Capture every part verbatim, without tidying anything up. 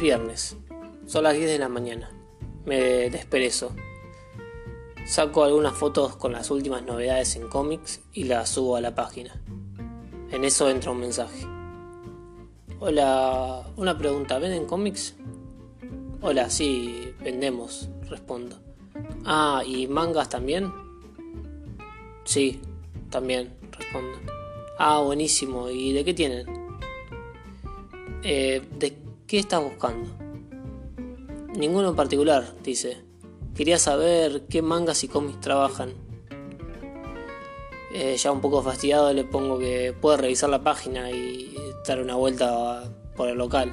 viernes. Son las diez de la mañana. Me desperezo. Saco algunas fotos con las últimas novedades en cómics y las subo a la página. En eso entra un mensaje. Hola, una pregunta, ¿venden cómics? Hola, sí, vendemos, respondo. Ah, ¿y mangas también? Sí, también, respondo. Ah, buenísimo, ¿y de qué tienen? Eh, ¿de qué estás buscando? Ninguno en particular, dice. Quería saber qué mangas y cómics trabajan. Eh, ya un poco fastidiado le pongo que puede revisar la página y dar una vuelta por el local.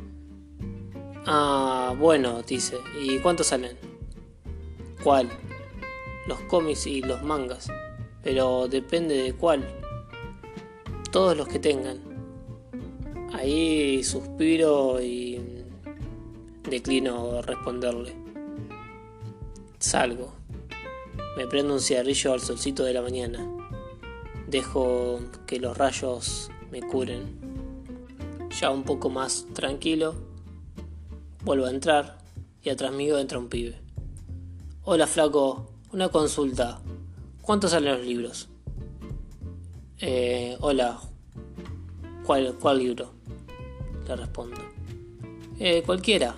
Ah, bueno, dice. ¿Y cuántos salen? ¿Cuál? Los cómics y los mangas. Pero depende de cuál. Todos los que tengan. Ahí suspiro y declino responderle. Salgo. Me prendo un cigarrillo al solcito de la mañana. Dejo que los rayos me curen. Ya un poco más tranquilo, vuelvo a entrar y atrás mío entra un pibe. Hola flaco, una consulta. ¿Cuántos salen los libros? Eh, hola. ¿Cuál, cuál libro? Le respondo. Eh, cualquiera.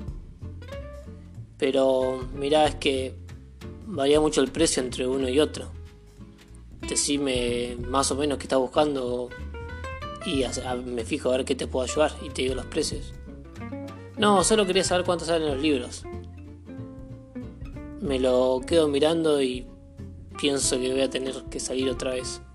Pero mirá, es que varía mucho el precio entre uno y otro. Decime más o menos qué estás buscando y a, a, me fijo a ver qué te puedo ayudar y te digo los precios. No, solo quería saber cuántos salen los libros. Me lo quedo mirando y pienso que voy a tener que salir otra vez.